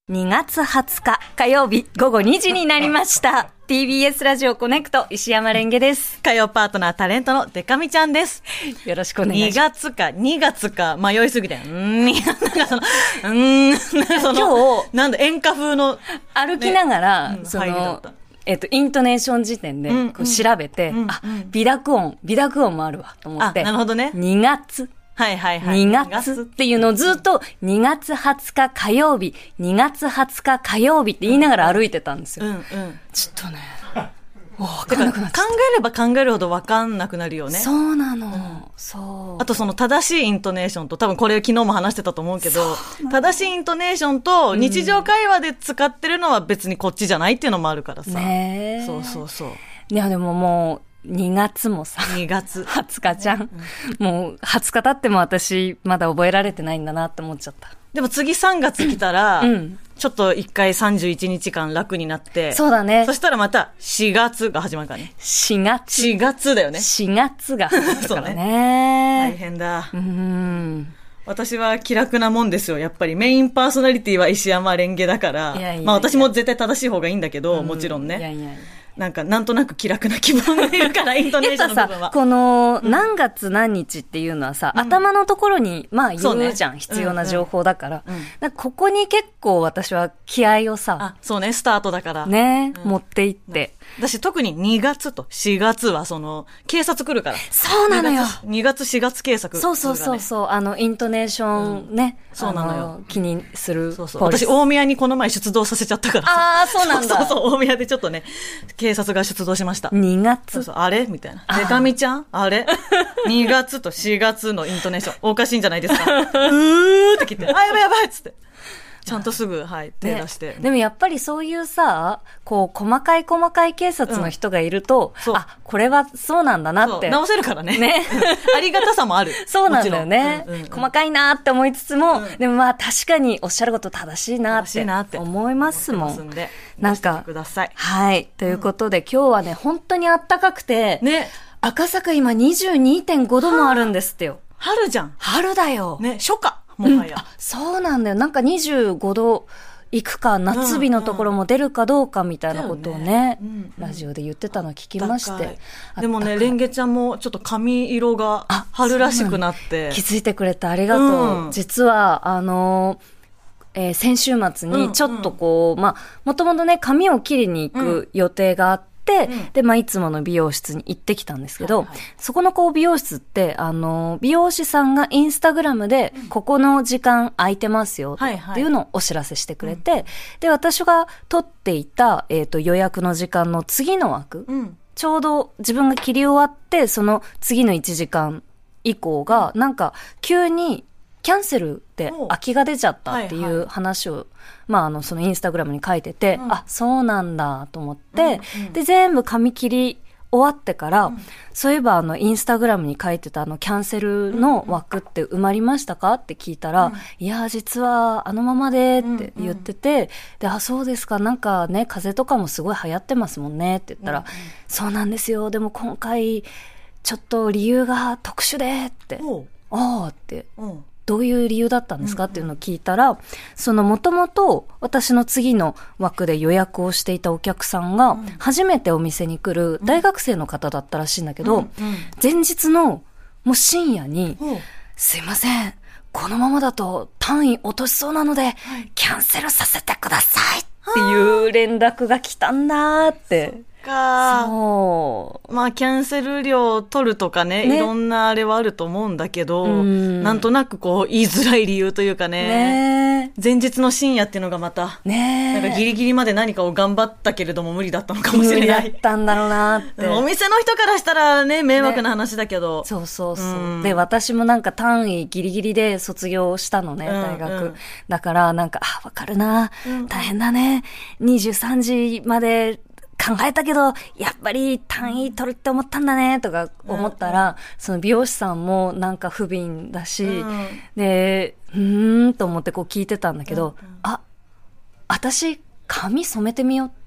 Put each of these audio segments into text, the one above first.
2月20日火曜日午後2時になりました。TBS ラジオコネクト石山レンゲです。 火曜パートナータレントのデカミちゃんです。 よろしくお願いします。 2月か迷いすぎて。なんかその、 今日、 なんだ、演歌風の。 歩きながら、 ね、 イントネーション時点でこう調べて、微濁音もあるわと思って。 なるほどね。 2月。2月っていうのをずっと2月20日火曜日、2月20日火曜日って言いながら歩いてたんですよ。ちょっとね、分かんなくなっちゃった。 考えれば考えるほど分かんなくなるよね。 そうなの。そう。 あとその正しいイントネーションと、多分これ昨日も話してたと思うけど、正しいイントネーションと日常会話で使ってるのは別にこっちじゃないっていうのもあるからさ。 ね。 そう。 いやでももう、2月もさ、 2月 20日じゃん。もう20日経っても私まだ覚えられてないんだなって思っちゃった。 でも次3月来たら、ちょっと1回31日間楽になって。 そうだね。 そしたらまた4月が始まるからね。 4 月だよね。 4月が始まるからね。 大変だ。私は気楽なもんですよ。やっぱりメインパーソナリティは石山レンゲだから。まあ私も絶対正しい方がいいんだけど、もちろんね。なんとなく気楽な気分がいるから、イントネーションの部分は。 やっぱさ、この何月何日っていうのはさ、頭のところに、まあ言うじゃん、必要な情報だから。ここに結構私は気合をさ、 そうね、スタートだから。 ね、持っていって。 私特に2月と4月は警察来るから。 そうなのよ。 2月4月警察来るからね。 そう、イントネーションね。 そうなのよ。 気にする。 私、大宮にこの前出動させちゃったから。 ああ、そうなんだ。 そう、大宮でちょっとね、警察が出動しました。 2月。 あれみたいな。デカミちゃんあれ ?2 月と4月のイントネーション、おかしいんじゃないですかって来て、やばいっつって。ちゃんとすぐ、手出して。 でもやっぱりそういうさ、こう、細かい警察の人がいると、これはそうなんだなって。 直せるからね。ありがたさもある。 そうなんだよね。細かいなって思いつつも、でもまあ確かにおっしゃること正しいなって思いますもん。 なんか、 はい。ということで今日はね、本当に暖かくて、赤坂今 22.5 度もあるんですってよ。 春じゃん。 春だよ。 ね、初夏。もはや。 そうなんだよ。なんか25度行くか、夏日のところも出るかどうかみたいなことをね、ラジオで言ってたの聞きまして。 でもね、レンゲちゃんもちょっと髪色が春らしくなって。 気づいてくれてありがとう。実は、先週末にちょっとこう、もともとね、髪を切りに行く予定があって、で、いつもの美容室に行ってきたんですけど、そこのこう美容室って、美容師さんがインスタグラムで、ここの時間空いてますよっていうのをお知らせしてくれて、で、私が取っていた、予約の時間の次の枠、ちょうど自分が切り終わって、その次の1時間以降が、なんか急にキャンセルで空きが出ちゃったっていう話を、そのインスタグラムに書いてて、そうなんだと思って、で、全部髪切り終わってから、そういえばインスタグラムに書いてたキャンセルの枠って埋まりましたかって聞いたら、いや、実はあのままでって言ってて、で、そうですか、なんかね、風邪とかもすごい流行ってますもんねって言ったら、そうなんですよ、でも今回、ちょっと理由が特殊でって、って、どういう理由だったんですかっていうのを聞いたら、もともと私の次の枠で予約をしていたお客さんが、初めてお店に来る大学生の方だったらしいんだけど、前日のもう深夜に、すいません、このままだと単位落としそうなので、キャンセルさせてくださいっていう連絡が来たんだって。 そう。キャンセル料を取るとかね、いろんなあれはあると思うんだけど、なんとなくこう言いづらい理由というかね、前日の深夜っていうのがまた、なんかギリギリまで何かを頑張ったけれども無理だったのかもしれない。 無理だったんだろうなって。 お店の人からしたらね、迷惑な話だけど。 そう。で、私もなんか単位ギリギリで卒業したのね、大学。だからなんか、わかるな、大変だね。23時まで考えたけど、やっぱり単位取るって思ったんだね、とか思ったら、その美容師さんもなんか不憫だし、で、と思ってこう聞いてたんだけど、私、髪染めてみようって思って、 。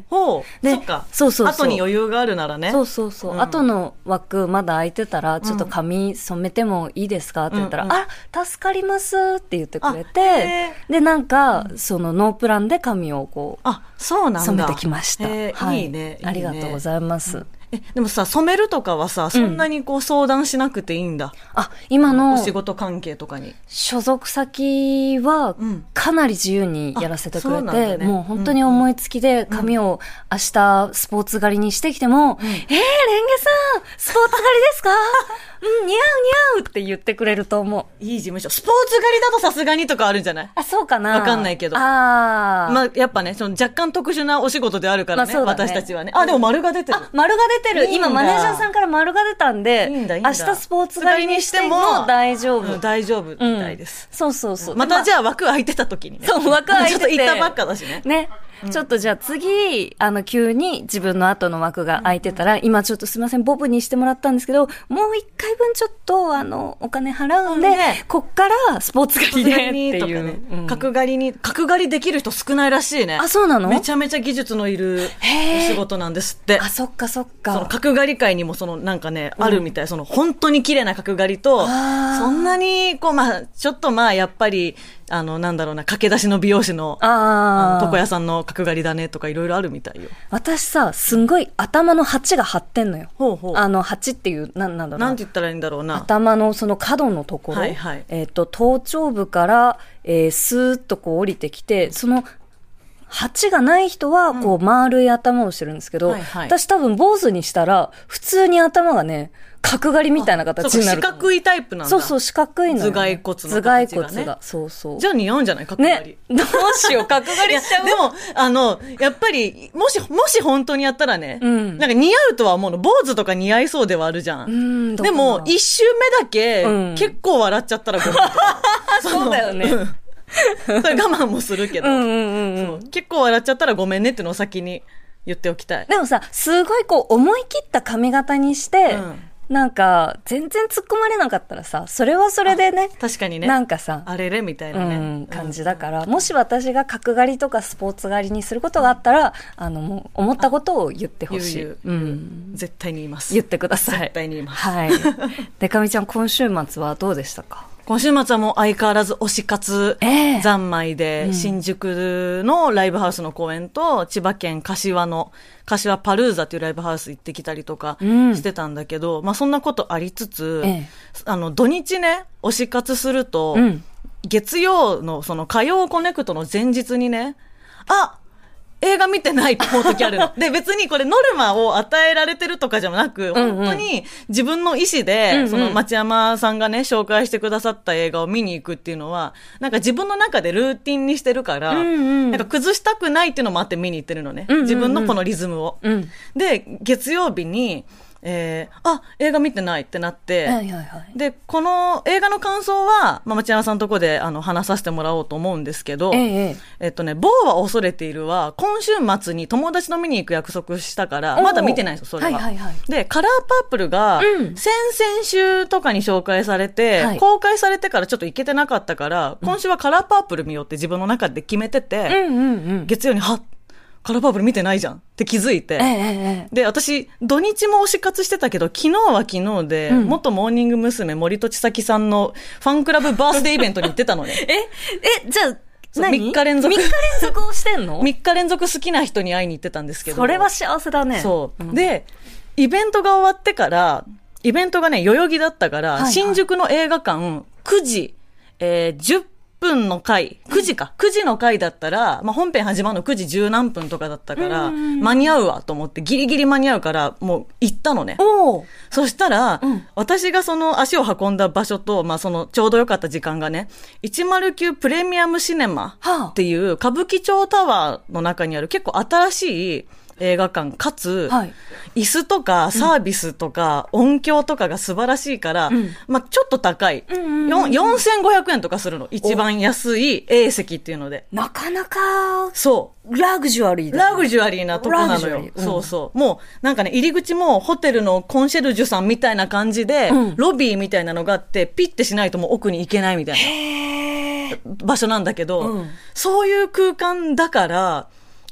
ほう。 で、 そっか。 そうそうそう。 後に余裕があるならね。 そうそうそう。後の枠まだ空いてたら、ちょっと髪染めてもいいですかって言ったら、あ、助かりますって言ってくれて、で、なんか、そのノープランで髪をこう、 そうなんだ。 染めてきました。 はい。いいね。 ありがとうございます。 でもさ、染めるとかはさ、そんなにこう相談しなくていいんだ。 今のお仕事関係とかに。 所属先はかなり自由にやらせてくれて、もう本当に思いつきで髪を明日スポーツ狩りにしてきても、レンゲさん、スポーツ狩りですか似合う似合うって言ってくれると思う。いい事務所。スポーツ狩りだとさすがにとかあるんじゃない？ そうかな。 わかんないけど。まあ、やっぱね、その若干特殊なお仕事であるからね、私たちはね。でも丸が出てる。 丸が出てる。今マネージャーさんから丸が出たんで、明日スポーツ狩りにしても大丈夫。 大丈夫みたいです。 そうそうそう。 またじゃあ枠空いてた時にね。 そう、枠空いてて。 ちょっと行ったばっかだしね。 ね。ちょっとじゃあ次、急に自分の後の枠が空いてたら、今ちょっとすいません、ボブにしてもらったんですけど、もう一回分ちょっと、お金払うんで、こっからスポーツ狩りでっていう。 角刈りできる人少ないらしいね。 そうなの？ めちゃめちゃ技術のいるお仕事なんですって。 そっかそっか。 その角刈り界にもなんかね、あるみたい。その本当に綺麗な角刈りと、そんなに、ちょっとやっぱり、なんだろうな、駆け出しの美容師の、床屋さんの角刈りだねとかいろいろあるみたいよ。 私さ、すんごい頭の鉢が張ってんのよ。鉢っていう、なんだろうな。 なんて言ったらいいんだろうな。 頭のその角のところ。頭頂部から、スーッとこう降りてきて、その、鉢がない人は、こう、丸い頭をしてるんですけど、私多分坊主にしたら、普通に頭がね、角刈りみたいな形になる。 四角いタイプなんだ。 そう、四角いの。 頭蓋骨の形がね。 頭蓋骨が。そう。 じゃあ似合うんじゃない？角刈り。 どうしよう、角刈りしちゃう。 でも、やっぱり、もし本当にやったらね、なんか似合うとは思うの。坊主とか似合いそうではあるじゃん。でも、一周目だけ、結構笑っちゃったらごめん。 そうだよね。 それ我慢もするけど、結構笑っちゃったらごめんねってのを先に言っておきたい。 でもさ、すごいこう思い切った髪型にして、なんか全然突っ込まれなかったらさ、それはそれでね、 確かにね、 なんかさ、 あれれみたいなね、 感じだから、もし私が角刈りとかスポーツ刈りにすることがあったら、もう思ったことを言ってほしい。 絶対に言います。 言ってください。 絶対に言います。 はい。でかみちゃん、今週末はどうでしたか？ 今週末はもう相変わらず推し活三昧で、新宿のライブハウスの公演と、千葉県柏パルーザというライブハウス行ってきたりとかしてたんだけど、そんなことありつつ、土日ね、推し活すると、月曜のその火曜コネクトの前日にね、映画見てないって思う時あるの。で、別にこれノルマを与えられてるとかじゃなく、本当に自分の意思で、その町山さんがね、紹介してくださった映画を見に行くっていうのは、なんか自分の中でルーティンにしてるから、なんか崩したくないっていうのもあって見に行ってるのね。自分のこのリズムを。で、月曜日に、映画見てないってなって、で、この映画の感想は、町山さんのとこで話させてもらおうと思うんですけど、某は恐れているは、今週末に友達と見に行く約束したから、まだ見てないんですよ、それは。で、カラーパープルが、先々週とかに紹介されて、公開されてからちょっと行けてなかったから、今週はカラーパープル見ようって自分の中で決めてて、月曜にカラーパープル見てないじゃんって気づいて。で、私、土日も推し活してたけど、昨日は昨日で、元モーニング娘。森戸千咲さんのファンクラブバースデーイベントに行ってたのね。 じゃあ、 3日連続。 3日連続をしてんの？ 3 日連続好きな人に会いに行ってたんですけど。 それは幸せだね。 そう。で、イベントが終わってから、イベントがね、代々木だったから、新宿の映画館、9時、10分の回、9時か。9時の回だったら、本編始まるの9時10何分とかだったから、間に合うわと思って、ギリギリ間に合うから、もう行ったのね。そしたら、私がその足を運んだ場所と、そのちょうど良かった時間がね、109プレミアムシネマっていう歌舞伎町タワーの中にある結構新しい映画館かつ、椅子とかサービスとか音響とかが素晴らしいから、ちょっと高い。4500円とかするの。一番安い A 席っていうので。 なかなか、 そう。 ラグジュアリーラグジュアリーなとこなのよ。そうそう。もう、なんかね、入り口もホテルのコンシェルジュさんみたいな感じで、ロビーみたいなのがあって、ピッてしないともう奥に行けないみたいな場所なんだけど、そういう空間だから、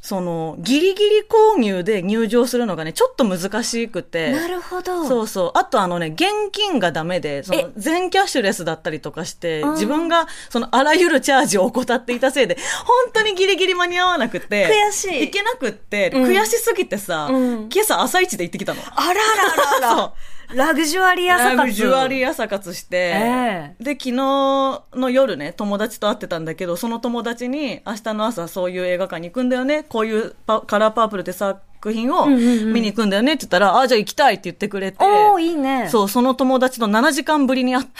ギリギリ購入で入場するのがね、ちょっと難しくて。 なるほど。 そうそう。あと現金がダメで、全キャッシュレスだったりとかして、自分が、あらゆるチャージを怠っていたせいで、本当にギリギリ間に合わなくて。 悔しい。 行けなくって、悔しすぎてさ、今朝朝一で行ってきたの。 あらららら。そう。ラグジュアリー朝活。 ラグジュアリー朝活して、で、昨日の夜ね、友達と会ってたんだけど、その友達に、明日の朝そういう映画館に行くんだよね、こういうカラーパープルって作品を見に行くんだよねって言ったら、じゃあ行きたいって言ってくれて。 おー、いいね。 そう、その友達と7時間ぶりに会って、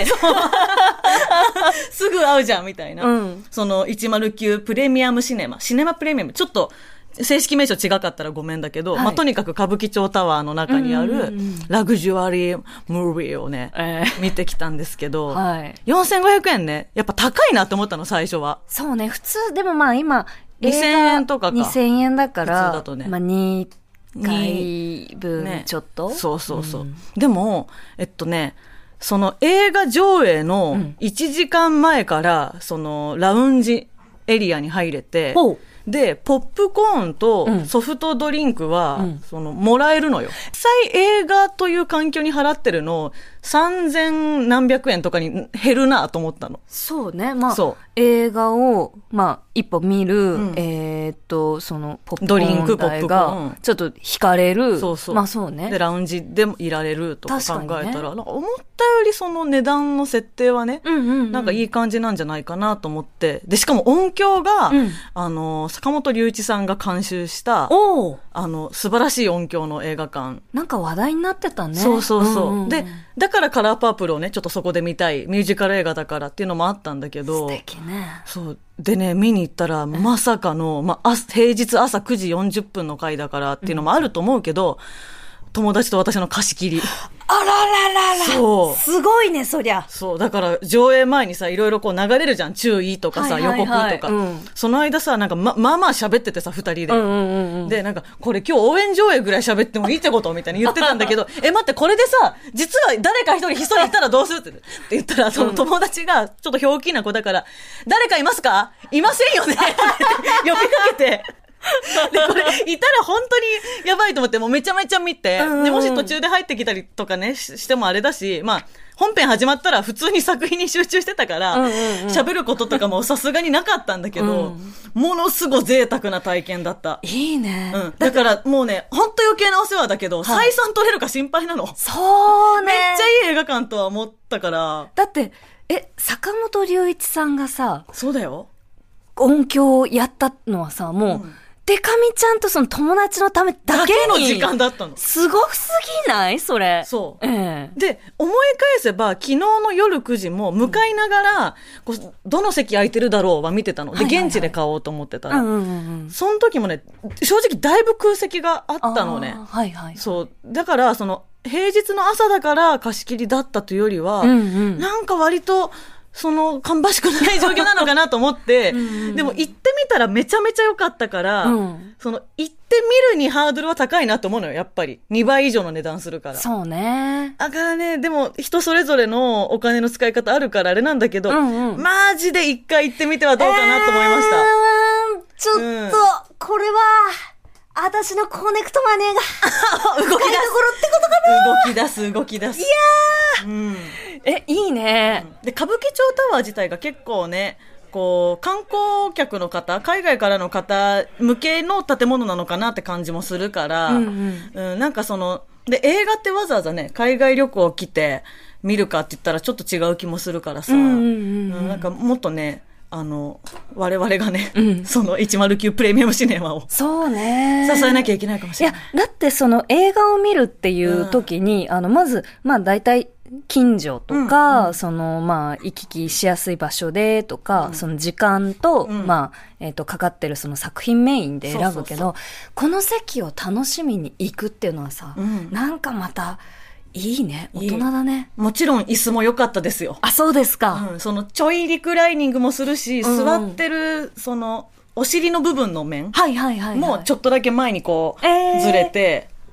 すぐ会うじゃん、みたいな。109プレミアムシネマプレミアム、ちょっと、正式名称違かったらごめんだけど、とにかく歌舞伎町タワーの中にあるラグジュアリームービーをね、見てきたんですけど、4500円ね、やっぱ高いなって思ったの、最初は。 そうね、普通、でも今、 2000円とかか。 2000円だから、 普通だとね。 2回分ちょっと、 そうそうそう。でも、その映画上映の1時間前から、ラウンジエリアに入れて、で、ポップコーンとソフトドリンクは、もらえるのよ。実際映画という環境に払ってるの、3000何百円とかに減るなと思ったの。 そうね。映画を、一歩見る、ポップコーン代が、ちょっと引かれる。そうそうね。 で、ラウンジでもいられるとか考えたら、思ったよりその値段の設定はね、なんかいい感じなんじゃないかなと思って。で、しかも音響が、坂本龍一さんが監修した、素晴らしい音響の映画館。 なんか話題になってたね。 そうそうそう。で、だからカラーパープルをね、ちょっとそこで見たい。ミュージカル映画だからっていうのもあったんだけど。 素敵ね。 そう。でね、見に行ったら、まさかの、平日朝9時40分の回だからっていうのもあると思うけど、友達と私の貸し切り。 あらららら。そう。すごいね、そりゃ。 そう。だから、上映前にさ、いろいろこう流れるじゃん。注意とかさ、予告とか。その間さ、なんかまあ喋っててさ、二人で。で、なんか、これ今日応援上映ぐらい喋ってもいいってことみたいに言ってたんだけど、待って、これでさ、実は誰か一人ひっそりいたらどうするって言ったら、その友達が、ちょっとひょうきな子だから、誰かいますか？いませんよねって呼びかけて、で、これ、いたら本当にやばいと思って、もうめちゃめちゃ見て、で、もし途中で入ってきたりとかね、してもあれだし、本編始まったら普通に作品に集中してたから、喋ることとかもさすがになかったんだけど、ものすごい贅沢な体験だった。 いいね。 だからもうね、ほんと余計なお世話だけど、採算取れるか心配なの。 そうね。 めっちゃいい映画館とは思ったから。 だって、坂本龍一さんがさ、 そうだよ。 音響をやったのはさ、もう、デカミちゃんとその友達のためだけの時間だったの。 すごすぎないそれ。 そう。で、思い返せば、昨日の夜9時も向かいながら、どの席空いてるだろうは見てたの。で、現地で買おうと思ってたら。その時もね、正直だいぶ空席があったのね。そう。だから、平日の朝だから貸し切りだったというよりは、なんか割と、芳しくない状況なのかなと思って、でも行ってみたらめちゃめちゃ良かったから、行ってみるにハードルは高いなと思うのよ、やっぱり。2倍以上の値段するから。 そうね。 だからね、でも人それぞれのお金の使い方あるからあれなんだけど、マジで一回行ってみてはどうかなと思いました。 ちょっと、これは、私のコネクトマネーが動き出すところってことかな。動き出す。いやー、いいね。 で、歌舞伎町タワー自体が結構ね、こう、観光客の方、海外からの方向けの建物なのかなって感じもするから、なんかで、映画ってわざわざね、海外旅行来て見るかって言ったらちょっと違う気もするからさ、なんかもっとね、我々がね、109プレミアムシネマを。 そうね。 支えなきゃいけないかもしれない。 いや、だって映画を見るっていう時に、まず、大体、近所とか、行き来しやすい場所でとか、その時間と、かかってるその作品メインで選ぶけど、この席を楽しみに行くっていうのはさ、なんかまた、いいね。大人だね。 もちろん椅子も良かったですよ。 あ、そうですか。 ちょいリクライニングもするし、座ってる、お尻の部分の面もちょっとだけ前にこう、ずれて、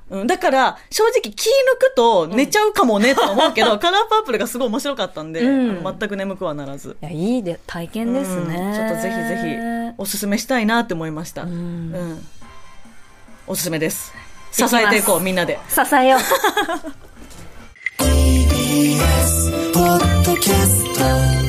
だから、正直気抜くと寝ちゃうかもねと思うけど、カラーパープルがすごい面白かったんで、全く眠くはならず。 いや、いい体験ですね。 ちょっとぜひぜひ、おすすめしたいなって思いました。おすすめです。支えていこう、みんなで。 支えよう。 TBS ポッドキャスト